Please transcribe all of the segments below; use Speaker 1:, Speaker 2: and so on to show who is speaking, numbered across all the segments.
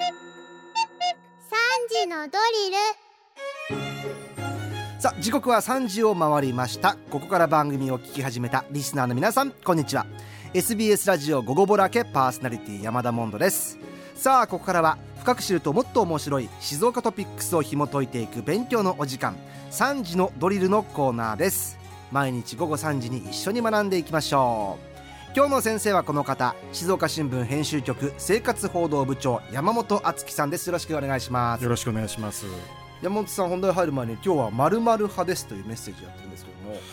Speaker 1: 3時のドリル。
Speaker 2: さあ時刻は3時を回りました。ここから番組を聞き始めたリスナーの皆さん、こんにちは。 SBS ラジオ午後ぼらけパーソナリティ山田モンドです。さあここからは深く知るともっと面白い静岡トピックスを紐解いていく勉強のお時間、3時のドリルのコーナーです。毎日午後3時に一緒に学んでいきましょう。今日の先生はこの方、静岡新聞編集局生活報道部長山本敦樹さんです。よろしくお願いします。
Speaker 3: よろしくお願いします。
Speaker 2: 山本さん、本題入る前に今日は〇〇派ですというメッセージやってるんですけども、
Speaker 3: はい、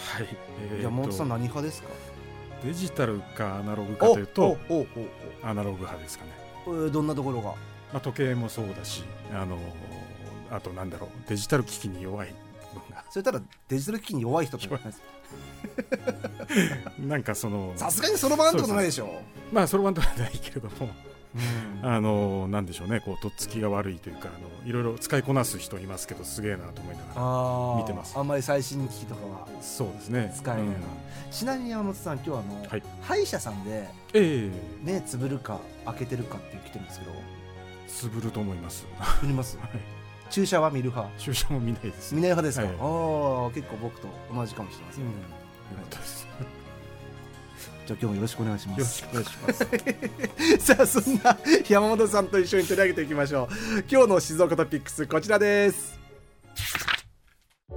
Speaker 2: 山本さん何派ですか？
Speaker 3: デジタルかアナログかというとアナログ派ですかね。
Speaker 2: どんなところが？
Speaker 3: 時計もそうだし、あとなんだろう、デジタル機器に弱い部分が。
Speaker 2: それたらデジタル機器に弱い人ってことないです
Speaker 3: なんかその
Speaker 2: さすがにそろばんってことないでしょ。
Speaker 3: そろばんとかないけれども、なんでしょうね、こうとっつきが悪いというか、いろいろ使いこなす人いますけど、すげえなと思いながら見てます。
Speaker 2: あんまり最新機器とかは
Speaker 3: そうですね、
Speaker 2: 使えないな、ちなみに山本さん、今日は歯医者さんで目つぶるか開けてるかって来てるんですけど、
Speaker 3: つぶると思います。
Speaker 2: 見ます、はい、注射は見る派？
Speaker 3: 注射も見ないです。
Speaker 2: 見ない派ですか？
Speaker 3: はい、
Speaker 2: 結構僕と同じかもしれません。よかったです。じゃあ今日もよろしくお願いします。
Speaker 3: よろしくお願いします
Speaker 2: さあそんな山本さんと一緒に取り上げていきましょう。今日の静岡トピックス、こちらです。
Speaker 1: 総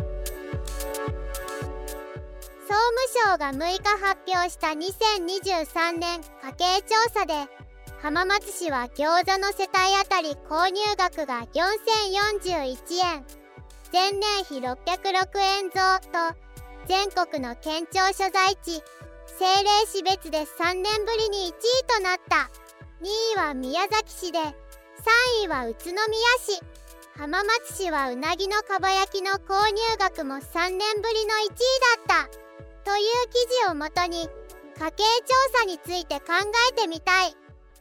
Speaker 1: 務省が6日発表した2023年家計調査で、浜松市は餃子の世帯あたり購入額が4041円、前年比606円増と、全国の県庁所在地政令市別で3年ぶりに1位となった。2位は宮崎市で、3位は宇都宮市。浜松市はうなぎのかば焼きの購入額も3年ぶりの1位だった。という記事をもとに、家計調査について考えてみたい。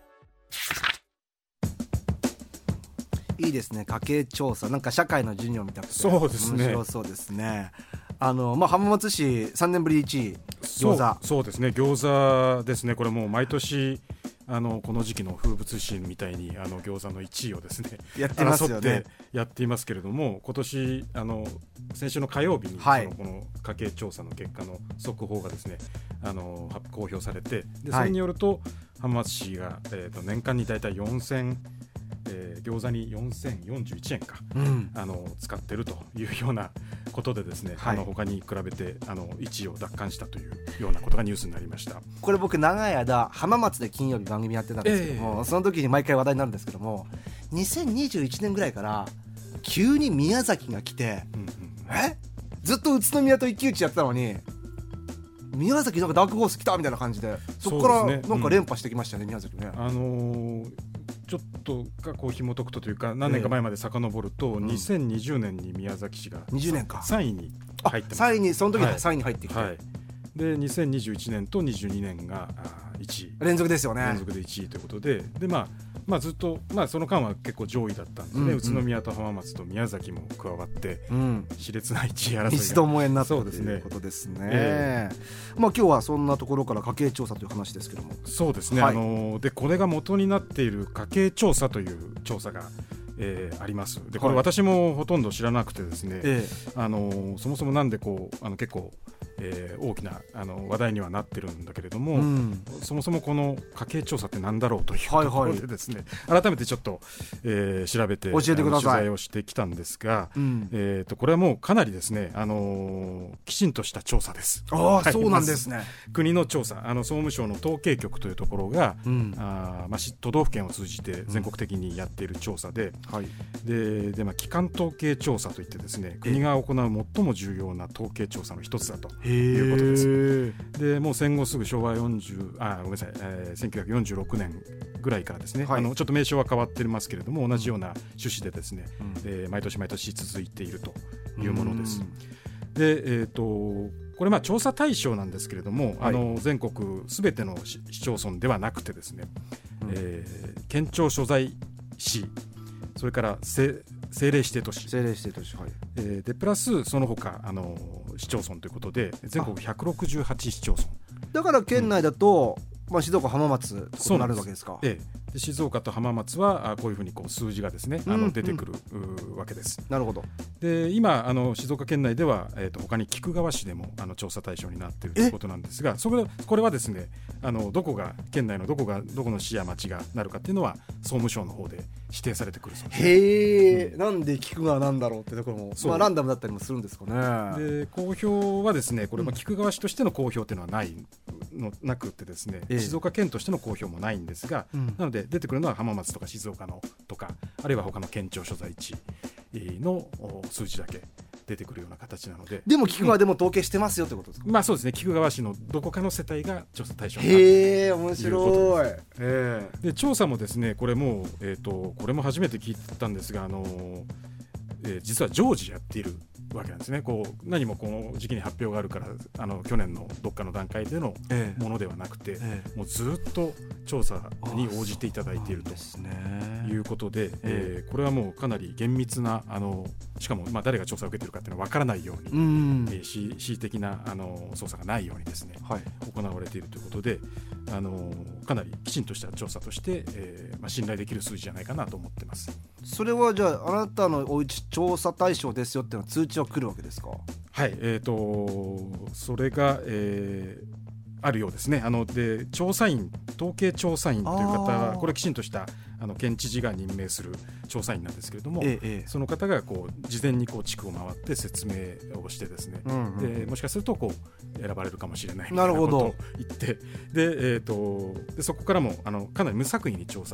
Speaker 2: いいですね、家計調査。なんか社会の授業みたいな。
Speaker 3: そうですね、
Speaker 2: 面白そうですね。浜松市3年ぶり1位餃子。
Speaker 3: そうですね、餃子ですね。これもう毎年この時期の風物詩みたいに餃子の1位をですね
Speaker 2: やってますよね。
Speaker 3: 争ってやっていますけれども、今年先週の火曜日に、この家計調査の結果の速報がですね公表されて、でそれによると、浜松市が、年間にだいたい餃子に4041円か、使ってるというようなことでですね、他に比べて1位を奪還したというようなことがニュースになりました。
Speaker 2: これ僕長い間浜松で金曜日番組やってたんですけども、その時に毎回話題になるんですけども、2021年ぐらいから急に宮崎が来て、ずっと宇都宮と一騎打ちやってたのに、宮崎なんかダークホース来たみたいな感じで、そこからなんか連覇してきましたね、宮崎ね。
Speaker 3: ちょっとこう紐解くというか、何年か前まで遡ると、2020年に宮崎市が
Speaker 2: 20年か
Speaker 3: 3位に入ってます。
Speaker 2: 3位に、その時3位に入ってきて、
Speaker 3: で2021年と22年が1位
Speaker 2: 連続ですよね。
Speaker 3: 連続で1位ということで、ずっと、その間は結構上位だったんですね。宇都宮と浜松と宮崎も加わって、熾烈な1位争いが
Speaker 2: 一度もえになったということですね。今日はそんなところから家計調査という話ですけども、そうですね、
Speaker 3: でこれが元になっている家計調査という調査があります。でこれ私もほとんど知らなくてですね、そもそもなんで結構大きな話題にはなってるんだけれども、そもそもこの家計調査って何だろうというところでですね、改めてちょっと、調べて
Speaker 2: 教えてください。
Speaker 3: 取材をしてきたんですが、これはもうかなりですね、きちんとした調査です。
Speaker 2: そうなんですね。
Speaker 3: 国の調査、総務省の統計局というところが、都道府県を通じて全国的にやっている調査で、基幹統計調査といってですね、国が行う最も重要な統計調査の一つだということです。でもう戦後すぐ1946年ぐらいからですね、ちょっと名称は変わっていますけれども、同じような趣旨でですね、毎年毎年続いているというものです。で、これ調査対象なんですけれども、全国すべての市町村ではなくてですね、県庁所在市、それから政令指定都市、でプラスその他市町村ということで、全国168市町村
Speaker 2: だから県内だと、静岡浜松となるわけですか。
Speaker 3: で静岡と浜松はこういうふうにこう数字がですね、出てくるわけです。
Speaker 2: なるほど。
Speaker 3: で今静岡県内では、他に菊川市でも調査対象になっているということなんですが、これはですねどこが県内のどこの市や町がなるかっていうのは総務省の方で指定されてくるそうです。
Speaker 2: へえ、なんで菊川なんだろうってところも、ランダムだったりもするんですかね。
Speaker 3: で公表はですねこれ菊川市としての公表っていうのはなくってですね、静岡県としての公表もないんですが、なので出てくるのは浜松とか静岡のとか、あるいは他の県庁所在地の数字だけ出てくるような形なので。
Speaker 2: でも菊川でも統計してますよってことですか。
Speaker 3: まあそうですね、菊川市のどこかの世帯が調査対象になる。
Speaker 2: へえ、面白い。
Speaker 3: で調査もですねこれもこれも初めて聞いたんですが実は常時やっているわけなんですね。何もこの時期に発表があるから去年のどっかの段階でのものではなくて、もうずっと調査に応じていただいているということで、これはもうかなり厳密なしかも誰が調査を受けているかっていうのは分からないように、恣意的な捜査がないようにですね、行われているということでかなりきちんとした調査として、信頼できる数字じゃないかなと思ってます。
Speaker 2: それはじゃああなたのお家調査対象ですよっていうのは通知は来るわけですか。
Speaker 3: はい、それが、あるようですね。で統計調査員という方はこれきちんとした県知事が任命する調査員なんですけれども、その方が事前に地区を回って説明をしてですね、でもしかすると選ばれるかもしれないみたいなことを言ってでそこからもかなり無作為に抽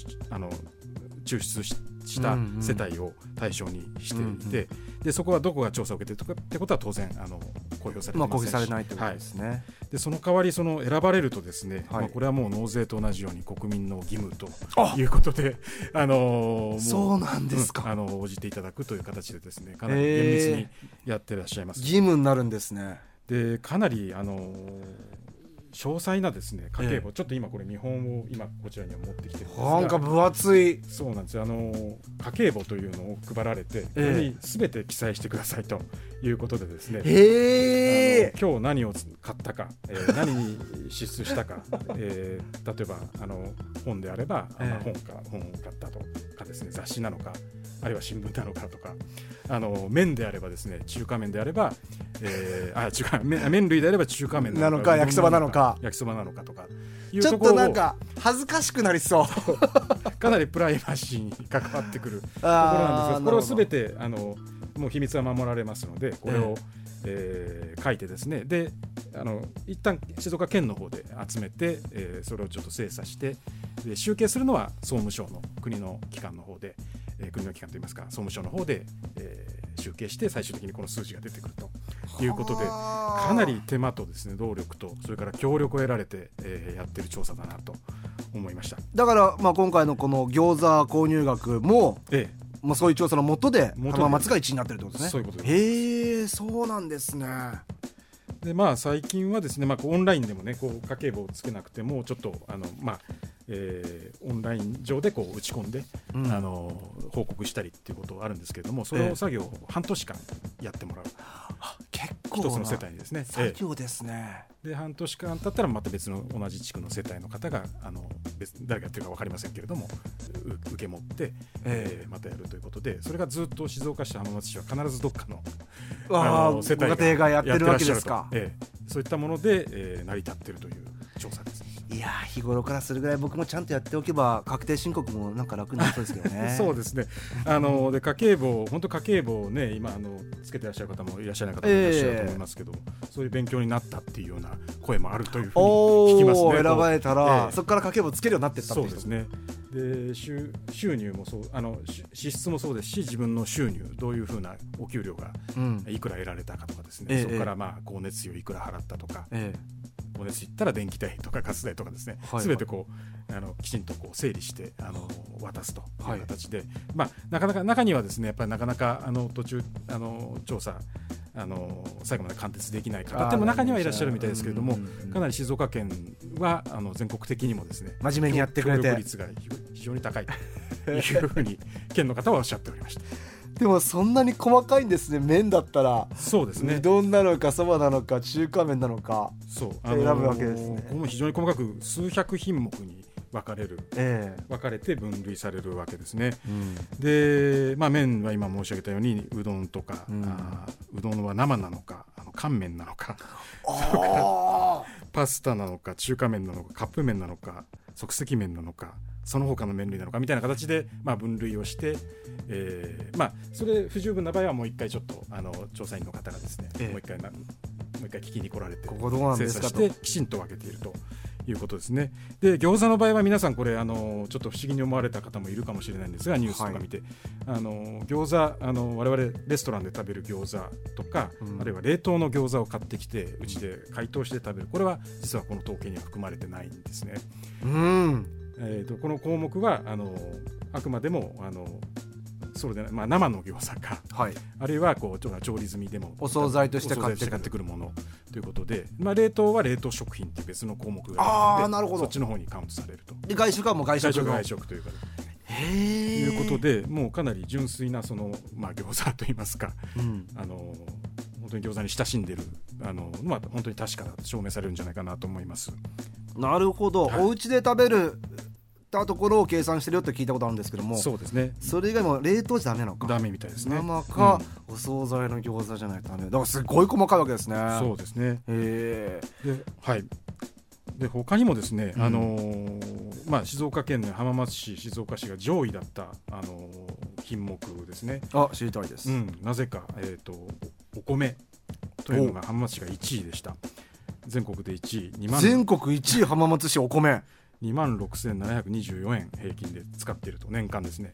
Speaker 3: 出した世帯を対象にしていて、でそこはどこが調査を受けているかってことは当然公表されてませんし、
Speaker 2: 公表されないということですね。
Speaker 3: でその代わり選ばれるとですね、これはもう納税と同じように国民の義務ということで
Speaker 2: そうなんですか。
Speaker 3: 応じていただくという形でですねかなり厳密にやってらっしゃいます。
Speaker 2: 義務になるんですね。
Speaker 3: でかなり詳細なですね家計簿、ちょっと今これ見本を今こちらには持ってきてるんですが、
Speaker 2: なんか分厚い。
Speaker 3: そうなんですよ。家計簿というのを配られて、これに全て記載してくださいということでですね、今日何を買ったか、何に支出したか、例えば本であれば、本を買ったとかですね、雑誌なのかあるいは新聞なのかとか、麺であればですね中華麺であれば、麺類であれば中華麺なのか
Speaker 2: 焼きそばなのか
Speaker 3: とか
Speaker 2: いうところをちょっとなんか恥ずかしくなりそう
Speaker 3: かなりプライバシーに関わってくるところなんですが、これを全てもう秘密は守られますので、これを、書いてですね、で一旦静岡県の方で集めて、それをちょっと精査してで集計するのは総務省の国の機関の方で、国の機関といいますか総務省の方で、集計して最終的にこの数字が出てくるということで、かなり手間とですね労力とそれから協力を得られて、やってる調査だなと思いました。
Speaker 2: だから、今回のこの餃子購入額も、そういう調査の下で浜松が1位になってるってことですね。
Speaker 3: そういうことです。
Speaker 2: へえ、そうなんですね。
Speaker 3: で最近はですね、オンラインでもね家計簿をつけなくてもちょっとオンライン上で打ち込んで、報告したりっていうことはあるんですけれども、その作業を半年間やってもらう、
Speaker 2: 結構
Speaker 3: 一つの世帯にですね
Speaker 2: 作業ですね。
Speaker 3: で半年間経ったらまた別の同じ地区の世帯の方が誰がやってるか分かりませんけれども受け持って、またやるということで、それがずっと静岡市浜松市は必ずどっかの世帯
Speaker 2: ご家庭がやってるわけですか。
Speaker 3: そういったもので、成り立っているという調査です。
Speaker 2: いや日頃からするぐらい僕もちゃんとやっておけば確定申告もなんか楽になりそうですけどね
Speaker 3: そうですね。で家計簿をね今つけてらっしゃる方もいらっしゃらない方もいらっしゃると思いますけど、そういう勉強になったっていうような声もあるというふうに聞きますね。
Speaker 2: 選ばれたら、そこから家計簿つけるようになっていったっていう。
Speaker 3: そうですね。で収入もそう支出もそうですし、自分の収入どういうふうなお給料がいくら得られたかとかですね、そこから光熱費をいくら払ったとか、光熱費いったら電気代とかガス代とかですね、全てきちんと整理して渡すという形で、なかなか中にはですねやっぱりなかなか途中調査最後まで貫徹できない方も中にはいらっしゃるみたいですけれども、かなり静岡県は全国的にもですね
Speaker 2: 真面目にやってくれて
Speaker 3: 協力率が非常に高いというふうに県の方はおっしゃっておりました。
Speaker 2: でもそんなに細かいんですね。麺だったら
Speaker 3: そうですね、
Speaker 2: うどんなのかそばなのか中華麺なのか選ぶわけですね。
Speaker 3: これも非常に細かく数百品目に分かれて分類されるわけですね。で、麺は今申し上げたようにうどんとか、うどんは生なのか乾麺なのかパスタなのか中華麺なのかカップ麺なのか即席麺なのかその他の麺類なのかみたいな形で、分類をして、それ不十分な場合はもう一回ちょっと調査員の方がですね、もう一回聞きに来られて
Speaker 2: ここどうなんですかと
Speaker 3: 精査してきちんと分けているということですね。で餃子の場合は皆さんこれちょっと不思議に思われた方もいるかもしれないんですがニュースとか見て、餃子我々レストランで食べる餃子とか、あるいは冷凍の餃子を買ってきてうちで解凍して食べる、これは実はこの統計には含まれてないんですね。この項目はあくまでもそうでない、生の餃子か、あるいは調理済みでも
Speaker 2: お惣菜として買
Speaker 3: ってくるものということで、冷凍は冷凍食品っていう別の項目があるのでそっちの方にカウントされると。
Speaker 2: で外食はもう外食
Speaker 3: というかいうことでもうかなり純粋な餃子といいますか、本当に餃子に親しんでる本当に確かだと証明されるんじゃないかなと思います。
Speaker 2: なるほど、お家で食べるたところを計算してるよって聞いたことあるんですけども、
Speaker 3: そうですね、
Speaker 2: それ以外も冷凍じゃダメなのか。
Speaker 3: ダメみたいですね。
Speaker 2: 生か、お惣菜の餃子じゃないとダメだからすごい細かいわけですね。
Speaker 3: そうですね。で他にもですね、静岡県の浜松市静岡市が上位だった品目ですね。
Speaker 2: 知りたいです。
Speaker 3: なぜか、お米というのが浜松市が1位でした。全国で1位
Speaker 2: 全国1位浜松市お米
Speaker 3: 26,724円平均で使っていると、年間ですね。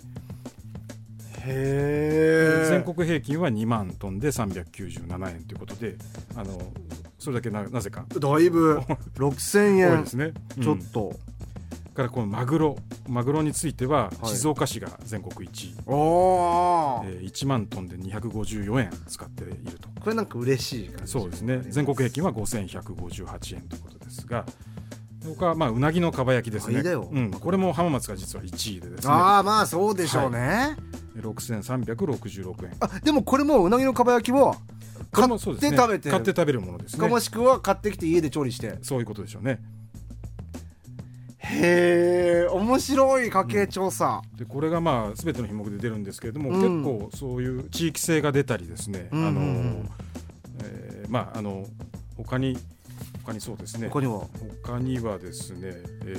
Speaker 2: 全
Speaker 3: 国平均は2万トンで397円ということで、それだけ なぜか
Speaker 2: だいぶ6000円
Speaker 3: 多いですね。
Speaker 2: ちょっと、
Speaker 3: からこのマグロについては静岡市が全国1位、1万トンで254円使っていると。
Speaker 2: これなんか嬉しい感じ。
Speaker 3: そうですね。全国平均は5158円ということですが、他はうなぎのかば焼きですね。これも浜松が実は1位でですね。
Speaker 2: そうでしょうね。
Speaker 3: 6366円。
Speaker 2: でもこれもうなぎのかば焼きを買って食べてる、
Speaker 3: 買って食べるものですね。
Speaker 2: もしくは買ってきて家で調理して、
Speaker 3: そういうことでしょうね。
Speaker 2: 面白い家計調査、
Speaker 3: でこれが全ての品目で出るんですけれども、結構そういう地域性が出たりですね、他にそうですね、他にはですね、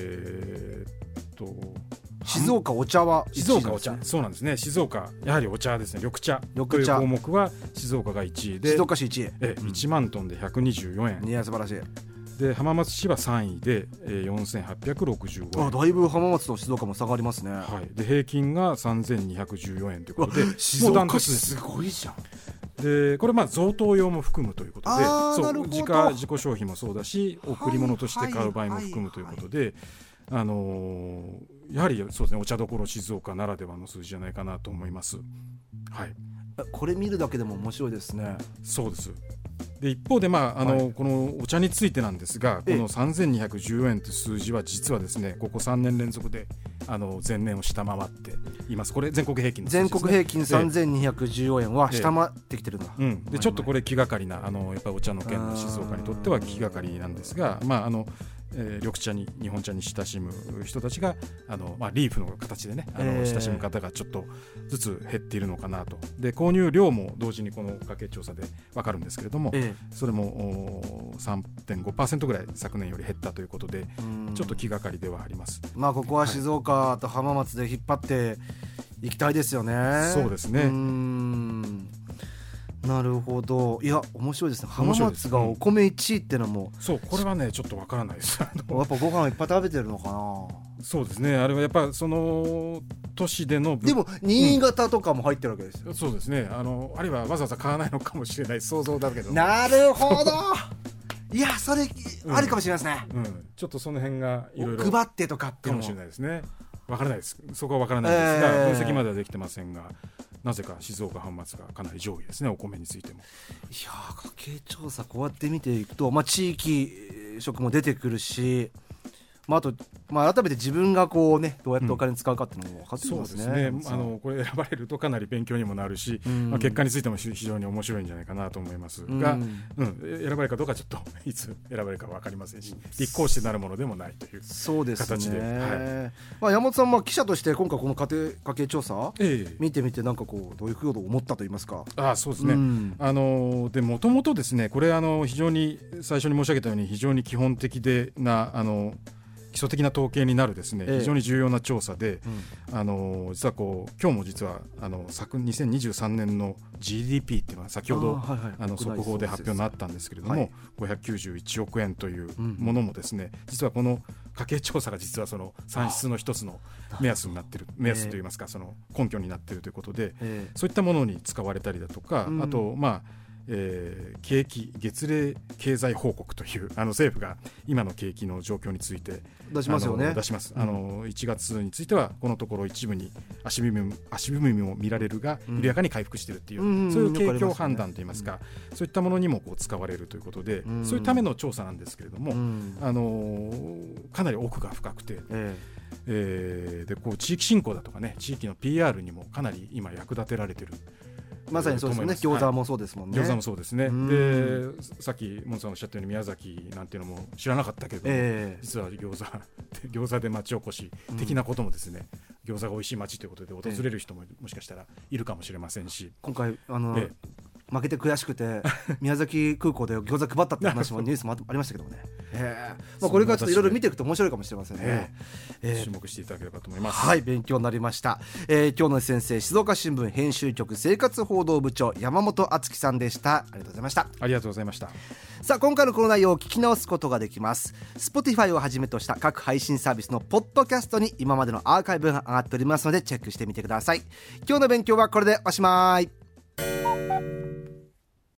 Speaker 2: 静岡お茶は
Speaker 3: 静岡お茶、そうなんですね。静岡やはりお茶ですね。緑茶という項目は静岡が1位で、
Speaker 2: 静岡市1位、
Speaker 3: 1万トンで124円。
Speaker 2: いや素晴らしい。
Speaker 3: で浜松市は3位で、4865円。
Speaker 2: だいぶ浜松と静岡も差がありますね。
Speaker 3: で平均が3214円ということで、
Speaker 2: 静岡市すごいじゃん。
Speaker 3: でこれ贈答用も含むということで、自己消費もそうだし、贈り物として買う場合も含むということで、やはりそうですね、お茶どころ静岡ならではの数字じゃないかなと思います。
Speaker 2: これ見るだけでも面白いですね。
Speaker 3: そうです。で一方で、このお茶についてなんですが、この3214円という数字は実はですね、ここ3年連続で前年を下回っています。これ全国平均の数字ですね。
Speaker 2: 全国平均3214円は下回ってきてるんだ。
Speaker 3: でちょっとこれ気がかりな、やっぱりお茶の県の静岡にとっては気がかりなんですが、緑茶に日本茶に親しむ人たちがリーフの形でね、親しむ方がちょっとずつ減っているのかなと。で購入量も同時にこの家計調査で分かるんですけれども、それも 3.5% ぐらい昨年より減ったということで、ちょっと気がかりではあります。
Speaker 2: ここは静岡と浜松で引っ張っていきたいですよね。
Speaker 3: そうですね。
Speaker 2: なるほど。いや面白いですね。浜松がお米1位ってのも、
Speaker 3: そうこれはねちょっとわからないですやっぱ
Speaker 2: ご飯いっぱい食べてるのかな。
Speaker 3: そうですね。あれはやっぱその都市での
Speaker 2: でも新潟とかも入ってるわけですよ。
Speaker 3: そうですね。あるいはわざわざ買わないのかもしれない、想像だけど。
Speaker 2: なるほどいやそれありかもしれないですね。
Speaker 3: ちょっとその辺がいろいろ
Speaker 2: 配ってとかって
Speaker 3: かもしれないですね。わからないです。そこはわからないですが、分析まではできてませんが、なぜか静岡浜松がかなり上位ですね、お米についても。
Speaker 2: いや家計調査こうやって見ていくと、地域食も出てくるし、 あと、改めて自分がこうねどうやってお金使うかっていうのも分かってきますね。
Speaker 3: そうですね、これ選ばれるとかなり勉強にもなるし、結果についても非常に面白いんじゃないかなと思いますが、選ばれるかどうかちょっといつ選ばれるか分かりませんし、立候補してなるものでもないという形で、
Speaker 2: 山本さん、記者として今回この家計調査、見てみてなんかこうどういうふうに思ったと言いますか。
Speaker 3: そうですね、でもともとですね、これ非常に最初に申し上げたように非常に基本的な基礎的な統計になるですね、非常に重要な調査で、実は今日も実は2023年の GDP っていうのは先ほど速報で発表になったんですけれども、591億円というものもですね、実はこの家計調査が実はその算出の一つの目安になっている、目安といいますかその根拠になっているということで、そういったものに使われたりだとか、あと景気月例経済報告という政府が今の景気の状況について
Speaker 2: 出しますよね。
Speaker 3: 出します。1月についてはこのところ一部に足踏みも見られるが緩やかに回復しているという、そういう景況判断といいますか、そういったものにも使われるということで、そういうための調査なんですけれども、かなり奥が深くて、で地域振興だとかね、地域の PR にもかなり今役立てられている。
Speaker 2: まさにそうですね。餃子もそうですもんね。
Speaker 3: 餃子もそうですね。で、さっきモンさんおっしゃったように宮崎なんていうのも知らなかったけど、実は餃子で町おこし的なこともですね、餃子が美味しい町ということで訪れる人ももしかしたらいるかもしれませんし、
Speaker 2: 今回負けて悔しくて宮崎空港で餃子配ったって話もニュースもありましたけどもね。これからちょっといろいろ見ていくと面白いかもしれませんね。
Speaker 3: 注目していただければと思います。
Speaker 2: はい、勉強になりました。今日の先生、静岡新聞編集局生活報道部長山本敦樹さんでした。ありがとうございました。
Speaker 3: ありがとうございました。
Speaker 2: さあ、今回のこの内容を聞き直すことができます。 Spotify をはじめとした各配信サービスのポッドキャストに今までのアーカイブが上がっておりますのでチェックしてみてください。今日の勉強はこれでおしまい。